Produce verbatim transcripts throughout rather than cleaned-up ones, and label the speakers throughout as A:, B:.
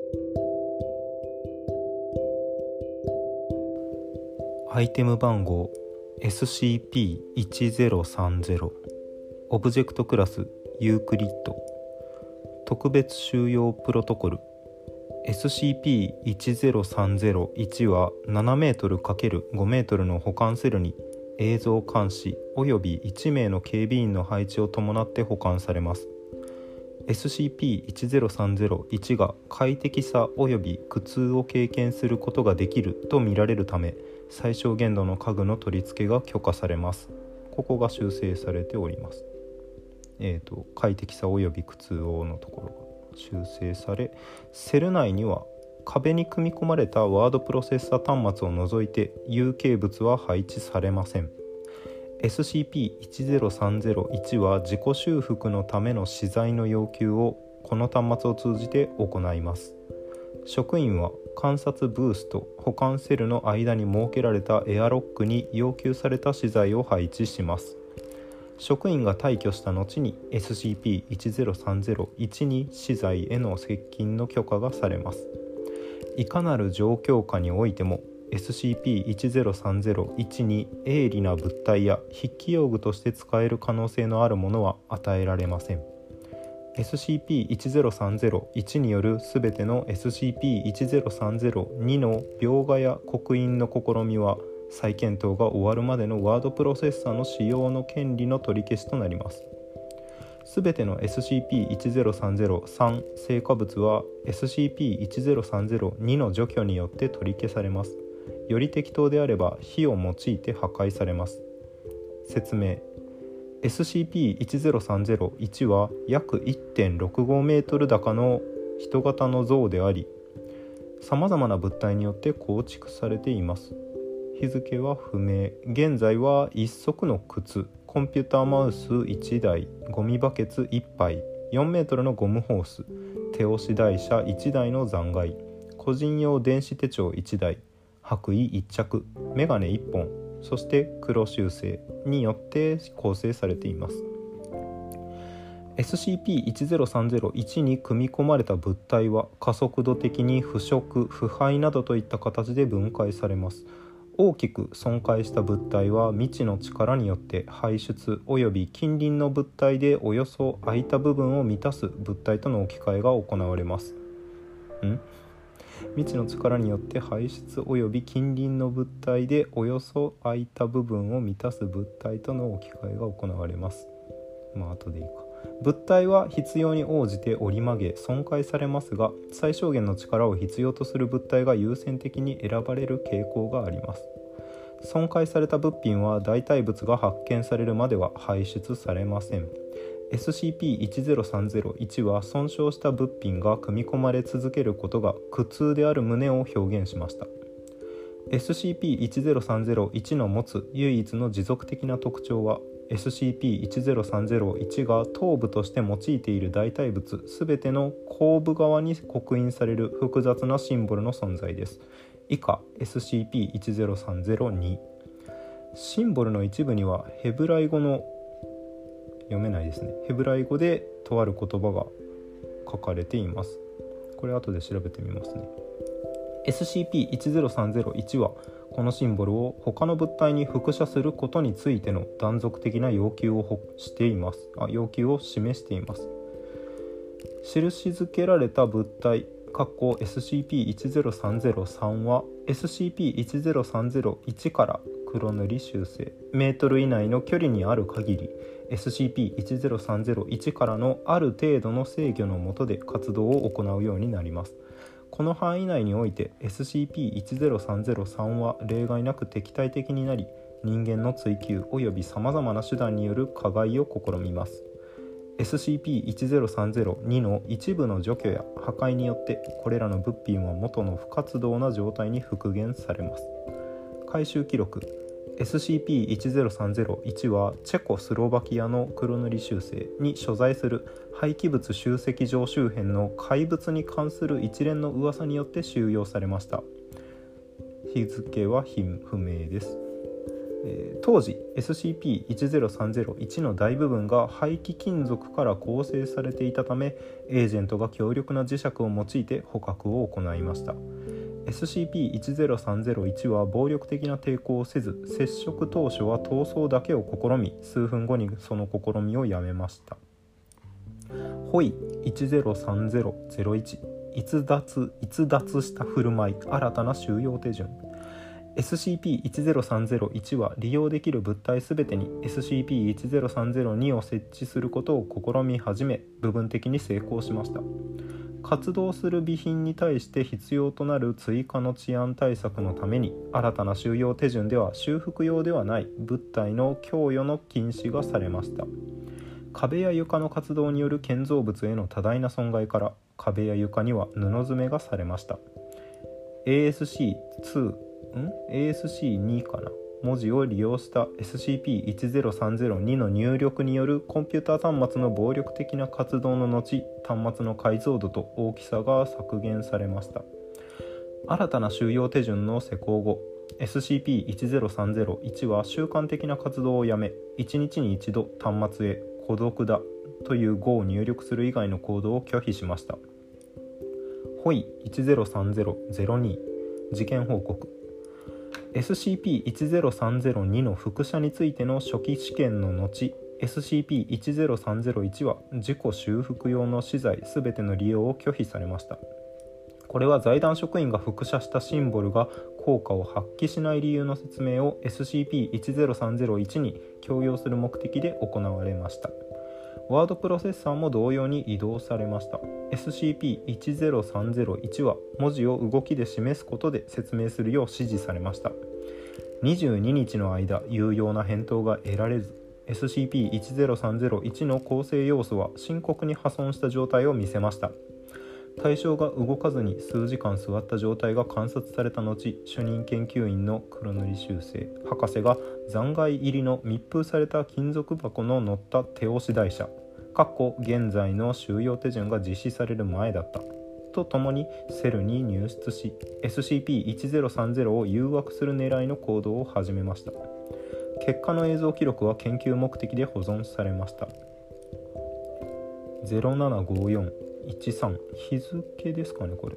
A: アイテム番号 エスシーピーいちゼロさんゼロ オブジェクトクラスユークリッド特別収容プロトコル エスシーピーいちゼロさんゼロいち は ななメートル×ご メートルの保管セルに映像監視およびいち名の警備員の配置を伴って保管されます。 エスシーピーいちゼロさんゼロいち が快適さおよび苦痛を経験することができると見られるため、最小限度の家具の取り付けが許可されます。ここが修正されております。えーと、快適さおよび苦痛をのところが修正され、セル内には壁に組み込まれたワードプロセッサー端末を除いて有形物は配置されません。 エスシーピーいちゼロさんゼロいち は自己修復のための資材の要求をこの端末を通じて行います。職員は観察ブースと保管セルの間に設けられたエアロックに要求された資材を配置します。職員が退去した後に エスシーピーいちゼロさんゼロいち に資材への接近の許可がされます。いかなる状況下においても エスシーピーいちゼロさんゼロいち に鋭利な物体や筆記用具として使える可能性のあるものは与えられません。エスシーピーいちゼロさんゼロいち によるすべての エスシーピーいちゼロさんゼロに の描画や刻印の試みは再検討が終わるまでのワードプロセッサーの使用の権利の取り消しとなります。すべての エスシーピーいちゼロさんゼロさん 成果物は エスシーピーいちゼロさんゼロに の除去によって取り消されます。より適当であれば火を用いて破壊されます。説明。 エスシーピーいちゼロさんゼロいち は約 いってんろくご メートル高の人型の像であり、さまざまな物体によって構築されています。日付は不明。現在はいっ足の靴、コンピューターマウスいちだい、ゴミバケツいっぱい、よんメートルのゴムホース、手押し台車いちだいの残骸、個人用電子手帳いちだい、白衣いっ着、メガネいっぽん、そして黒修正によって構成されています。 エスシーピーいちゼロさんゼロいち に組み込まれた物体は加速度的に腐食、腐敗などといった形で分解されます。大きく損壊した物体は未知の力によって排出および近隣の物体でおよそ空いた部分を満たす物体との置き換えが行われます。ん未知の力によって排出および近隣の物体でおよそ空いた部分を満たす物体との置き換えが行われます。まあ後でいいか。物体は必要に応じて折り曲げ損壊されますが、最小限の力を必要とする物体が優先的に選ばれる傾向があります。損壊された物品は代替物が発見されるまでは排出されません。エスシーピーいちゼロさんゼロいち は損傷した物品が組み込まれ続けることが苦痛である旨を表現しました。 エスシーピーいちゼロさんゼロいち の持つ唯一の持続的な特徴は エスシーピーいちゼロさんゼロいち が頭部として用いている代替物すべての後部側に刻印される複雑なシンボルの存在です。以下 エスシーピーいちゼロさんゼロに シンボルの一部にはヘブライ語の読めないですね。ヘブライ語でとある言葉が書かれています。これ後で調べてみますね。 エスシーピーいちゼロさんゼロいち はこのシンボルを他の物体に複写することについての断続的な要求をしていますあ要求を示しています。印付けられた物体 エスシーピーいちゼロさんゼロさん は エスシーピーいちゼロさんゼロいち から黒塗り修正メートル以内の距離にある限り エスシーピーいちゼロさんゼロいち からのある程度の制御の下で活動を行うようになります。この範囲内において エスシーピーいちゼロさんゼロさん は例外なく敵対的になり、人間の追求およびさまざまな手段による加害を試みます。 エスシーピーいちゼロさんゼロに の一部の除去や破壊によってこれらの物品は元の不活動な状態に復元されます。回収記録 エスシーピーいちゼロさんゼロいち はチェコスロバキアの黒塗り修正に所在する廃棄物集積場周辺の怪物に関する一連の噂によって収容されました。日付は不明です。 えー、当時 エスシーピーいちゼロさんゼロいち の大部分が廃棄金属から構成されていたため、エージェントが強力な磁石を用いて捕獲を行いました。 エスシーピーいちゼロさんゼロいち は暴力的な抵抗をせず、接触当初は逃走だけを試み、数分後にその試みをやめました。ホイいちゼロさんゼロゼロいち、逸脱逸脱した振る舞い、新たな収容手順。 エスシーピーいちゼロさんゼロいち は利用できる物体すべてに エスシーピーいちゼロさんゼロに を設置することを試み始め、部分的に成功しました。活動する備品に対して必要となる追加の治安対策のために、新たな収容手順では修復用ではない物体の供与の禁止がされました。壁や床の活動による建造物への多大な損害から、壁や床には布詰めがされました。 エーエスシーに ん エーエスシーに かな文字を利用した エスシーピーいちゼロさんゼロに の入力によるコンピューター端末の暴力的な活動の後、端末の解像度と大きさが削減されました。新たな収容手順の施行後、 エスシーピーいちゼロさんゼロいち は習慣的な活動をやめ、いちにちに一度端末へ孤独だという語を入力する以外の行動を拒否しました。ホイいちゼロさんゼロゼロに事件報告。 エスシーピーいちゼロさんゼロに の複写についての初期試験の後、 エスシーピーいちゼロさんゼロいち は自己修復用の資材すべての利用を拒否されました。これは財団職員が複写したシンボルが効果を発揮しない理由の説明を エスシーピーいちゼロさんゼロいち に強要する目的で行われました。ワードプロセッサーも同様に移動されました。 エスシーピーいちゼロさんゼロいち は文字を動きで示すことで説明するよう指示されました。にじゅうににちの間、有用な返答が得られず、 エスシーピーいちゼロさんゼロいち の構成要素は深刻に破損した状態を見せました。対象が動かずに数時間座った状態が観察された後、主任研究員の黒塗修正博士が残骸入りの密封された金属箱の乗った手押し台車現在の収容手順が実施される前だったとともにセルに入室し、 エスシーピーいちゼロさんゼロ を誘惑する狙いの行動を始めました。結果の映像記録は研究目的で保存されました。ゼロななごよんいちさん、日付ですかねこれ。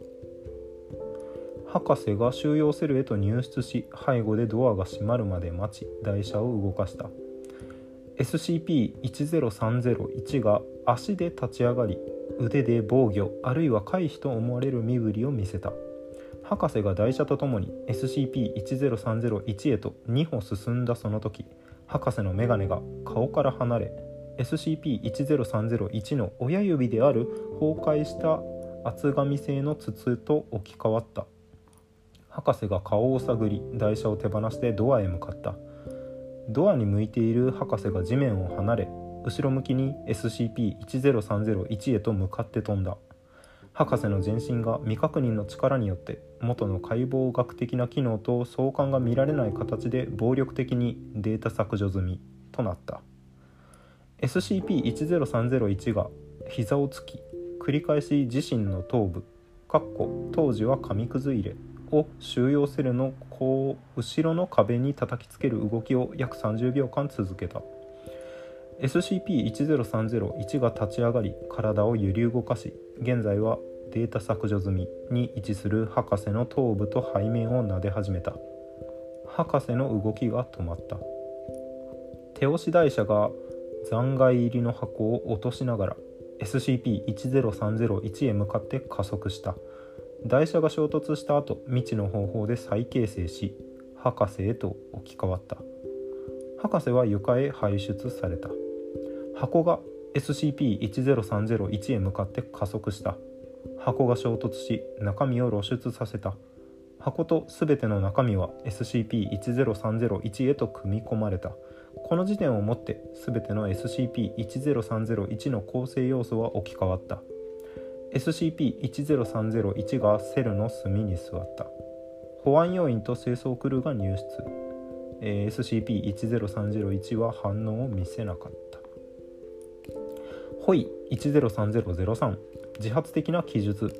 A: 博士が収容セルへと入室し、背後でドアが閉まるまで待ち、台車を動かした。 エスシーピーいちゼロさんゼロいち が足で立ち上がり、腕で防御あるいは回避と思われる身振りを見せた。博士が台車とともに エスシーピーいちゼロさんゼロいち へとに歩進んだその時、博士の眼鏡が顔から離れ、エスシーピーいちゼロさんゼロいち の親指である崩壊した厚紙製の筒と置き換わった。博士が顔を探り、台車を手放してドアへ向かった。ドアに向いている博士が地面を離れ、後ろ向きに エスシーピーいちゼロさんゼロいち へと向かって飛んだ。博士の全身が未確認の力によって元の解剖学的な機能と相関が見られない形で暴力的にデータ削除済みとなった。 エスシーピーいちゼロさんゼロいち が膝をつき、繰り返し自身の頭部当時は紙くず入れを収容セルの後ろの壁に叩きつける動きを約さんじゅうびょうかん続けた。 エスシーピーいちゼロさんゼロいち が立ち上がり、体を揺り動かし、現在はデータ削除済みに位置する博士の頭部と背面を撫で始めた。博士の動きが止まった。手押し台車が残骸入りの箱を落としながら エスシーピーいちゼロさんゼロいち へ向かって加速した。台車が衝突した後、未知の方法で再形成し、博士へと置き換わった。博士は床へ排出された。箱が エスシーピーいちゼロさんゼロいち へ向かって加速した。箱が衝突し、中身を露出させた。箱とすべての中身は エスシーピーいちゼロさんゼロいち へと組み込まれた。この時点をもってすべての エスシーピーいちゼロさんゼロいち の構成要素は置き換わった。エスシーピーいちゼロさんゼロいち がセルの隅に座った。保安要員と清掃クルーが入室。エスシーピーいちゼロさんゼロいち は反応を見せなかった。ホイいちゼロさんゼロゼロさん、自発的な記述。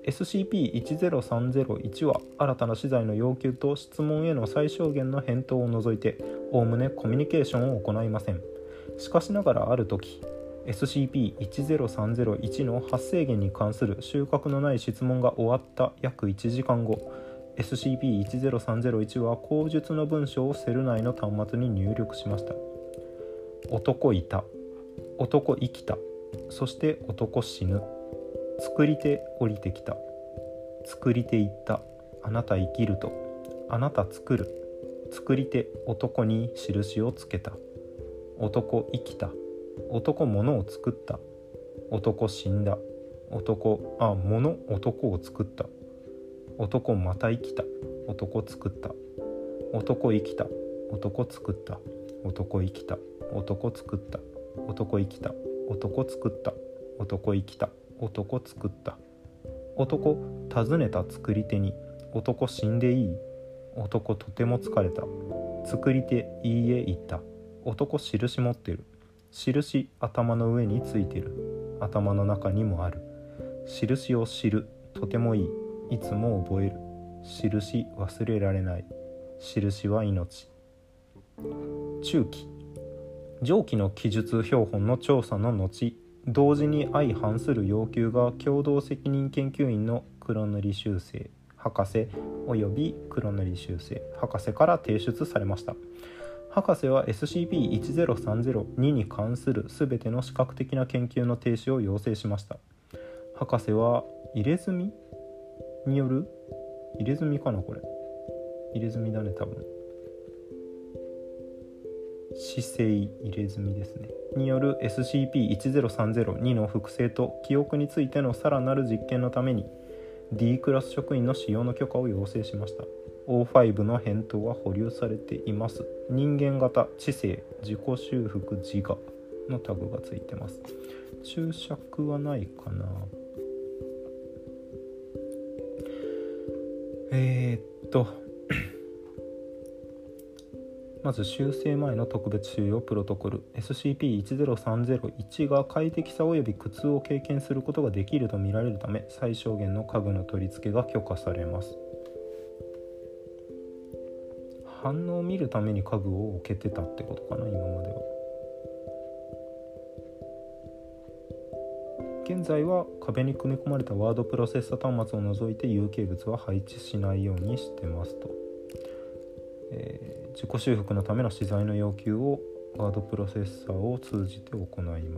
A: エスシーピーいちゼロさんゼロいち は新たな資材の要求と質問への最小限の返答を除いておおむねコミュニケーションを行いません。しかしながらある時 エスシーピーいちゼロさんゼロいち の発生源に関する収穫のない質問が終わった約いちじかんご、 エスシーピーいちゼロさんゼロいち は口述の文章をセル内の端末に入力しました。男いた、男生きた、そして男死ぬ。作り手降りてきた、作り手言った、あなた生きると、あなた作る。作り手男に印をつけた、男生きた、男物を作った、男死んだ、男あ物男を作った、男また生きた、男作った、男生きた、男作った、男生きた、男作った、男生きた、男作った、男生きた、男作った、男尋ねた作り手に、男死んでいい、男とても疲れた、作り手いいえ言った、男印持ってる、印頭の上についてる、頭の中にもある、印を知る、とてもいい、いつも覚える、印忘れられない、印は命。中期上記の記述標本の調査の後、同時に相反する要求が共同責任研究員の黒塗修正博士および黒塗修正博士から提出されました。博士は エスシーピーいちゼロさんゼロに に関するすべての視覚的な研究の停止を要請しました。博士は入れ墨による入れ墨かなこれ入れ墨だね多分姿勢入れ墨ですねによる エスシーピーいちゼロさんゼロに の複製と記憶についてのさらなる実験のために D クラス職員の使用の許可を要請しました。 オーファイブ の返答は保留されています。人間型知性自己修復自我のタグがついてます。注釈はないかな。えー、っとまず修正前の特別収容プロトコル エスシーピーいちゼロさんゼロいち が快適さ及び苦痛を経験することができると見られるため最小限の家具の取り付けが許可されます。反応を見るために家具を置けてたってことかな今までは。現在は壁に組み込まれたワードプロセッサ端末を除いて有形物は配置しないようにしてますと、えー、自己修復のための資材の要求をワードプロセッサーを通じて行います。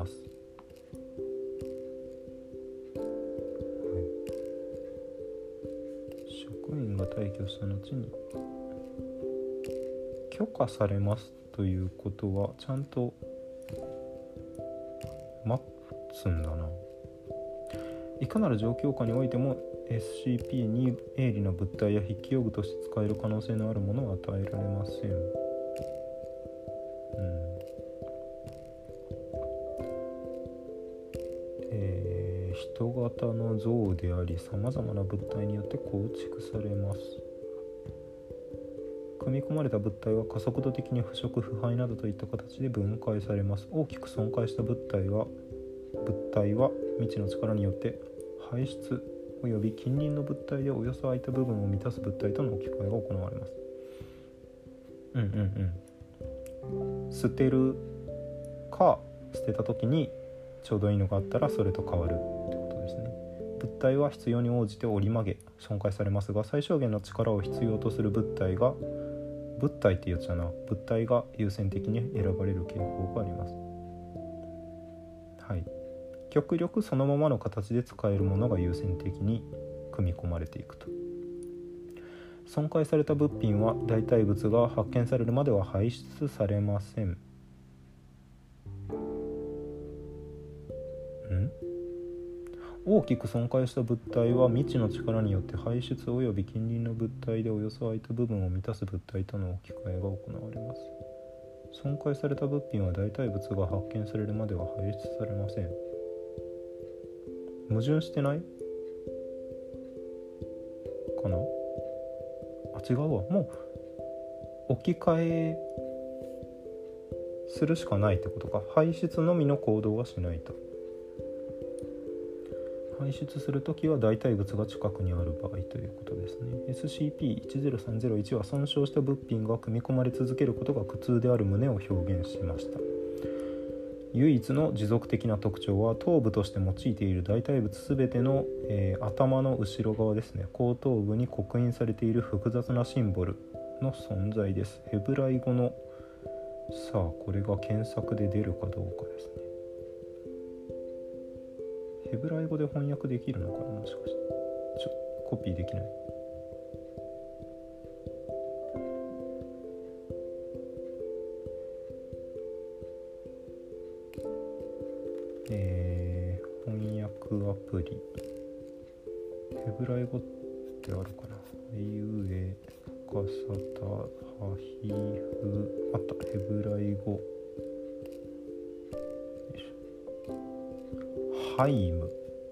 A: はい、職員が退去した後に許可されますということはちゃんと待つんだな。いかなる状況下においても エスシーピー に鋭利な物体や筆記用具として使える可能性のあるものは与えられません。うん、えー、人型の像でありさまざまな物体によって構築されます。組み込まれた物体は加速度的に腐食腐敗などといった形で分解されます。大きく損壊した物体は物体は未知の力によって排出および近隣の物体でおよそ空いた部分を満たす物体との置き換えが行われます。うんうんうん。捨てるか捨てた時にちょうどいいのがあったらそれと変わるってことですね。物体は必要に応じて折り曲げ損壊されますが最小限の力を必要とする物体が物体っていうやつだな物体が優先的に選ばれる傾向があります。はい。極力そのままの形で使えるものが優先的に組み込まれていくと。損壊された物品は代替物が発見されるまでは排出されません。ん大きく損壊した物体は未知の力によって排出及び近隣の物体でおよそ空いた部分を満たす物体との置き換えが行われます。損壊された物品は代替物が発見されるまでは排出されません。矛盾してないかなあ、違うわ。もう置き換えするしかないってことか。排出のみの行動はしないと。 排出するときは代替物が近くにある場合ということですね。 エスシーピーいちゼロさんゼロいち は損傷した物品が組み込まれ続けることが苦痛である旨を表現しました。唯一の持続的な特徴は頭部として用いている代替物すべての、えー、頭の後ろ側ですね、後頭部に刻印されている複雑なシンボルの存在です。ヘブライ語の、さあこれが検索で出るかどうかですね。ヘブライ語で翻訳できるのかな、もしかして。ちょコピーできない。えー、翻訳アプリ、ヘブライ語ってあるかな。ゆえかさたはひふ、あった。ヘブライ語、ハイム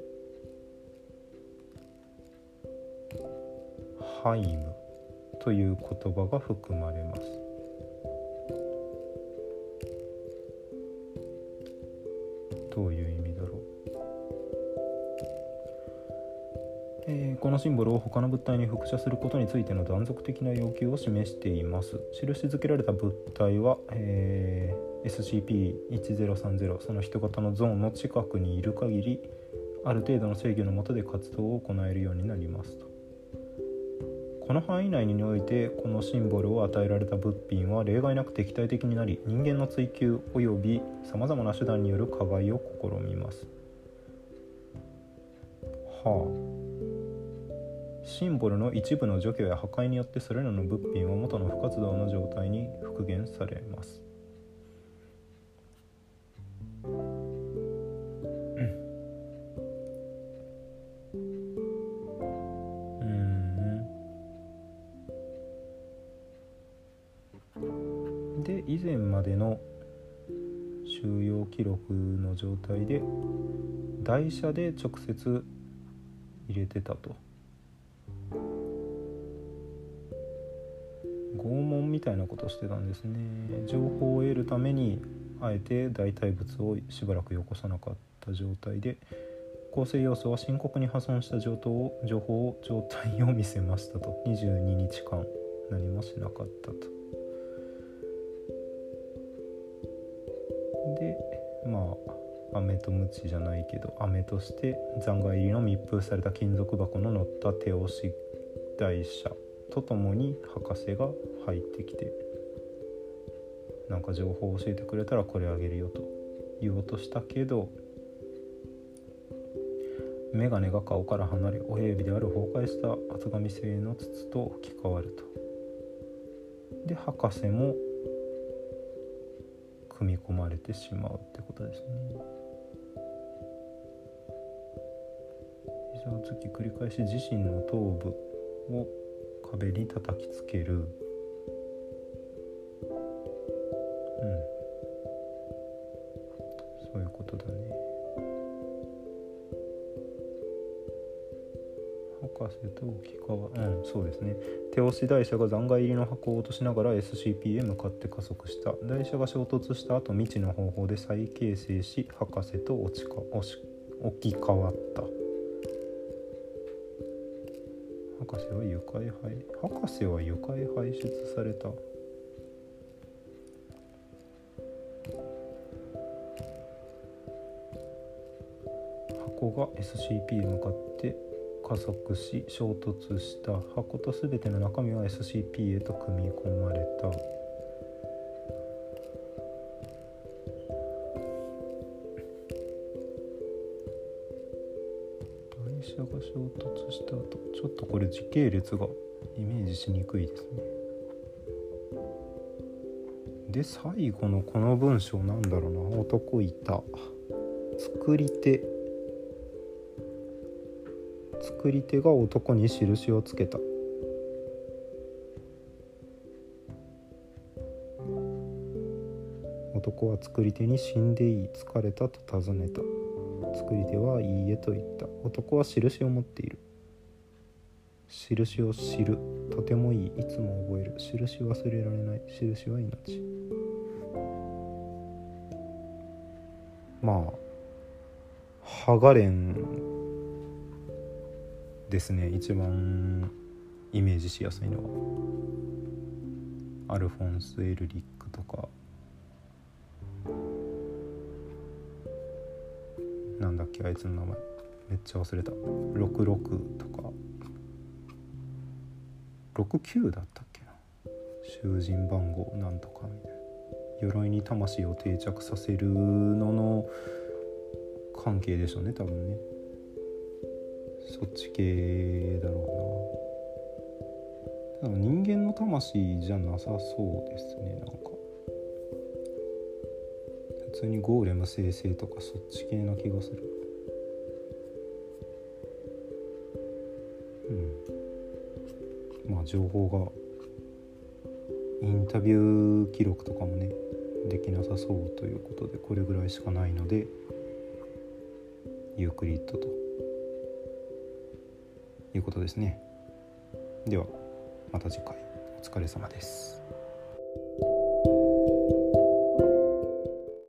A: ハイムという言葉が含まれます。どういう意味だろう。えー、このシンボルを他の物体に複写することについての断続的な要求を示しています。印付けられた物体は、えー、エスシーピーいちゼロさんゼロ その人型のゾーンの近くにいる限りある程度の制御の下で活動を行えるようになりますと。この範囲内においてこのシンボルを与えられた物品は例外なく敵対的になり、人間の追求及びさまざまな手段による加害を試みます。はあ、シンボルの一部の除去や破壊によってそれらの物品は元の不活動の状態に復元されます。で以前までの収容記録の状態で台車で直接入れてたと、拷問みたいなことしてたんですね。情報を得るためにあえて代替物をしばらくよこさなかった状態で、構成要素は深刻に破損した情報を情報を状態を見せましたと。にじゅうににちかん何もしなかったと。でまあ飴と鞭じゃないけど飴として残骸入りの密封された金属箱の乗った手押し台車とともに博士が入ってきて、なんか情報を教えてくれたらこれあげるよと言おうとしたけど、メガネが顔から離れ親指である崩壊した厚紙製の筒と置き換わると。で博士も組み込まれてしまうってことですね。膝をつき繰り返し自身の頭部を壁に叩きつける。うん、そういうことだね。博士と置き換わうん、そうですね。手押し台車が残骸入りの箱を落としながら エスシーピー へ向かって加速した。台車が衝突した後、未知の方法で再形成し、博士と落ちか押し置き換わった。博士は愉快排博士は愉快排出された。箱が エスシーピー へ向かって加速し衝突した。箱とすべての中身は エスシーピー へと組み込まれた。台車が衝突した後、ちょっとこれ時系列がイメージしにくいですね。で最後のこの文章なんだろうな。男いた。作り手作り手が男に印をつけた。男は作り手に死んでいい、疲れたと尋ねた。作り手はいいえと言った。男は印を持っている。印を知る、とてもいい、いつも覚える。印忘れられない、印は命。まあハガレンですね。一番イメージしやすいのはアルフォンス・エルリックとか、なんだっけあいつの名前めっちゃ忘れた。ろくろくとかろくきゅうだったっけな、囚人番号なんとかみたいな、鎧に魂を定着させるのの関係でしょうね、多分ね。そっち系だろうな。多分人間の魂じゃなさそうですね。なんか普通にゴーレム生成とかそっち系な気がする。うん。まあ情報がインタビュー記録とかもねできなさそうということで、これぐらいしかないのでユークリッドということですね。ではまた次回、お疲れ様です。